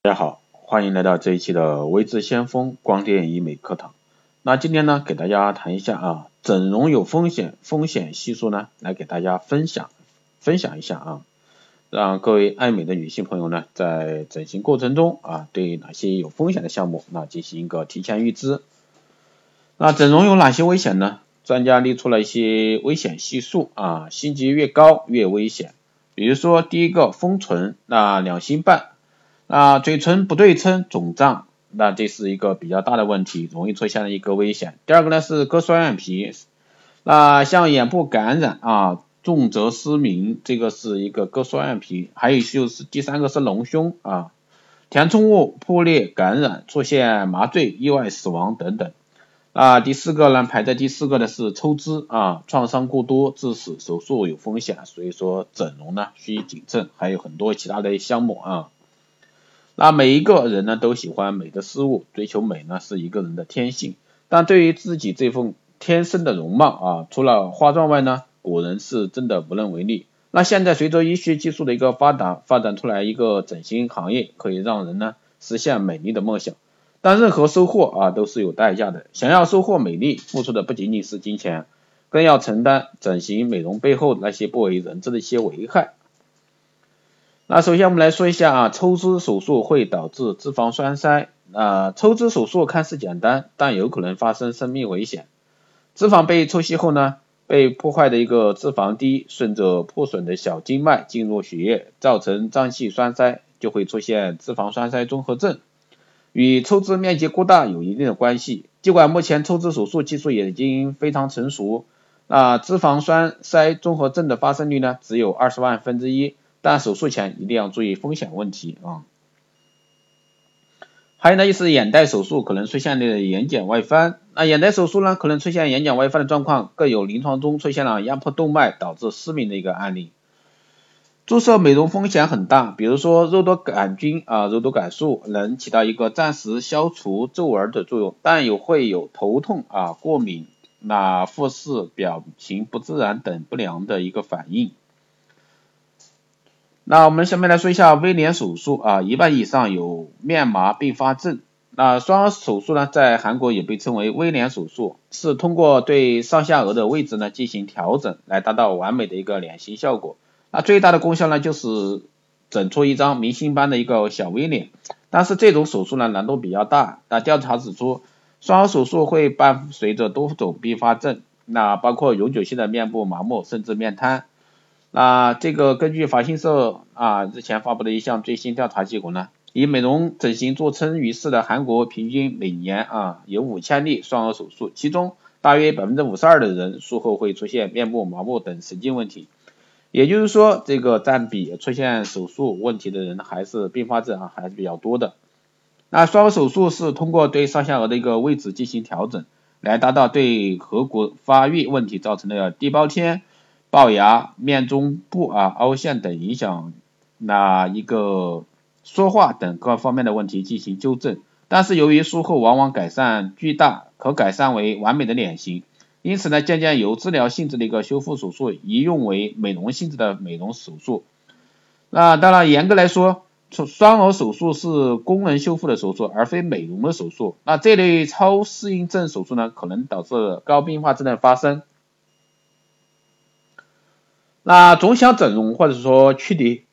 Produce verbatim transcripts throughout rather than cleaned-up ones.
大家好，欢迎来到这一期的微智先锋光电医美课堂。那今天呢，给大家谈一下啊，整容有风险，风险系数呢，来给大家分享分享一下啊，让各位爱美的女性朋友呢，在整形过程中啊，对哪些有风险的项目，那进行一个提前预知。那整容有哪些危险呢？专家列出了一些危险系数啊，星级越高越危险。比如说第一个丰唇，那两星半。那嘴唇不对称肿胀，那这是一个比较大的问题，容易出现一个危险。第二个呢是割双眼皮，那像眼部感染啊，重则失明，这个是一个割双眼皮。还有就是第三个是隆胸啊，填充物破裂感染，出现麻醉、意外死亡等等。啊，第四个呢，排在第四个的是抽脂啊，创伤过多致死，手术有风险，所以说整容呢需谨慎，还有很多其他的项目啊。那每一个人呢都喜欢美的事物，追求美呢是一个人的天性，但对于自己这份天生的容貌啊，除了化妆外呢，古人是真的无能为力。那现在随着医学技术的一个发达，发展出来一个整形行业，可以让人呢实现美丽的梦想。但任何收获啊都是有代价的，想要收获美丽，付出的不仅仅是金钱，更要承担整形美容背后那些不为人知的一些危害。那首先我们来说一下啊，抽脂手术会导致脂肪栓塞。啊，抽脂手术看似简单，但有可能发生生命危险。脂肪被抽吸后呢，被破坏的一个脂肪滴顺着破损的小静脉进入血液，造成脏器栓塞，就会出现脂肪栓塞综合症。与抽脂面积过大有一定的关系。尽管目前抽脂手术技术也已经非常成熟，啊，脂肪栓塞综合症的发生率呢只有二十万分之一。但手术前一定要注意风险问题啊。还有呢，就是眼袋手术可能出现的眼睑外翻。那眼袋手术呢，可能出现眼睑外翻的状况，更有临床中出现了压迫动脉导致失明的一个案例。注射美容风险很大，比如说肉毒杆菌啊，肉毒杆素能起到一个暂时消除皱纹的作用，但有会有头痛啊、过敏、那复视、表情不自然等不良的一个反应。那我们下面来说一下微脸手术啊，一半以上有面麻并发症。那双额手术呢，在韩国也被称为微脸手术，是通过对上下颚的位置呢进行调整，来达到完美的一个脸型效果。那最大的功效呢，就是整出一张明星般的一个小 V 脸。但是这种手术呢，难度比较大。那调查指出，双额手术会伴随着多种并发症，那包括永久性的面部麻木，甚至面瘫。那这个根据法新社啊日前发布的一项最新调查结果呢，以美容整形著称于世的韩国，平均每年啊有五千例双额手术，其中大约 百分之五十二 的人术后会出现面部麻木等神经问题。也就是说，这个占比出现手术问题的人还是并发症啊还是比较多的。那双额手术是通过对上下颚的一个位置进行调整，来达到对颌骨发育问题造成的地包天、龅牙、面中部啊凹陷等影响那一个说话等各方面的问题进行纠正。但是由于术后往往改善巨大，可改善为完美的脸型，因此呢，渐渐由治疗性质的一个修复手术移用为美容性质的美容手术。那当然严格来说，双额手术是功能修复的手术，而非美容的手术。那这类超适应症手术呢，可能导致高并发症的发生。那总想整容或者说躯体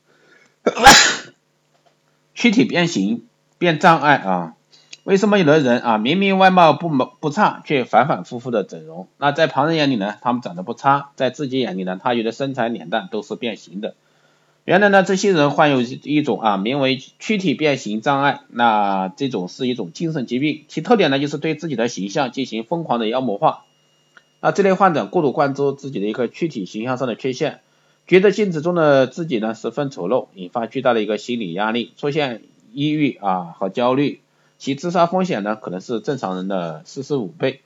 躯体变形变障碍啊，为什么有的人啊明明外貌不不差，却反反复复的整容？那在旁人眼里呢，他们长得不差，在自己眼里呢，他觉得身材脸蛋都是变形的。原来呢，这些人患有一种啊名为躯体变形障碍，那这种是一种精神疾病，其特点呢就是对自己的形象进行疯狂的妖魔化。那这类患者过度关注自己的一个躯体形象上的缺陷，觉得镜子中的自己呢十分丑陋，引发巨大的一个心理压力，出现抑郁啊和焦虑，其自杀风险呢可能是正常人的四十五倍。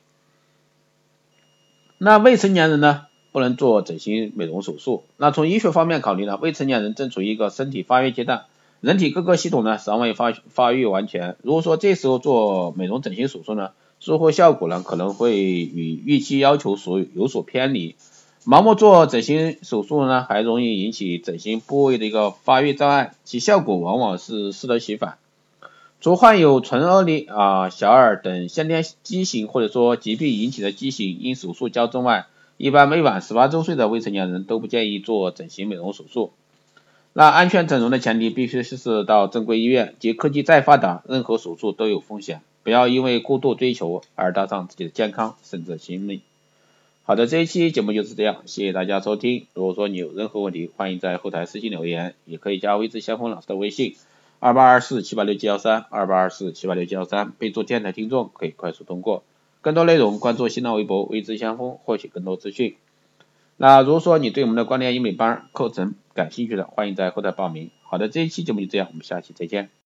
那未成年人呢不能做整形美容手术。那从医学方面考虑呢，未成年人正处于一个身体发育阶段，人体各个系统呢尚未发发育完全。如果说这时候做美容整形手术呢，术后效果呢可能会与预期要求所有所偏离。盲目做整形手术呢，还容易引起整形部位的一个发育障碍，其效果往往是适得其反。 除患有唇腭裂啊、小耳等先天畸形或者说疾病引起的畸形，因手术较重外，一般未满十八周岁的未成年人都不建议做整形美容手术。那安全整容的前提必须是到正规医院，即科技再发达，任何手术都有风险，不要因为过度追求而搭上自己的健康甚至性命。好的，这一期节目就是这样，谢谢大家收听。如果说你有任何问题，欢迎在后台私信留言，也可以加微知先锋老师的微信二八二四七八六七幺三 二八二四七八六七幺三，备注电台听众可以快速通过。更多内容关注新浪微博微知先锋获取更多资讯。那如果说你对我们的光电医美班课程感兴趣的，欢迎在后台报名。好的，这一期节目就这样，我们下期再见。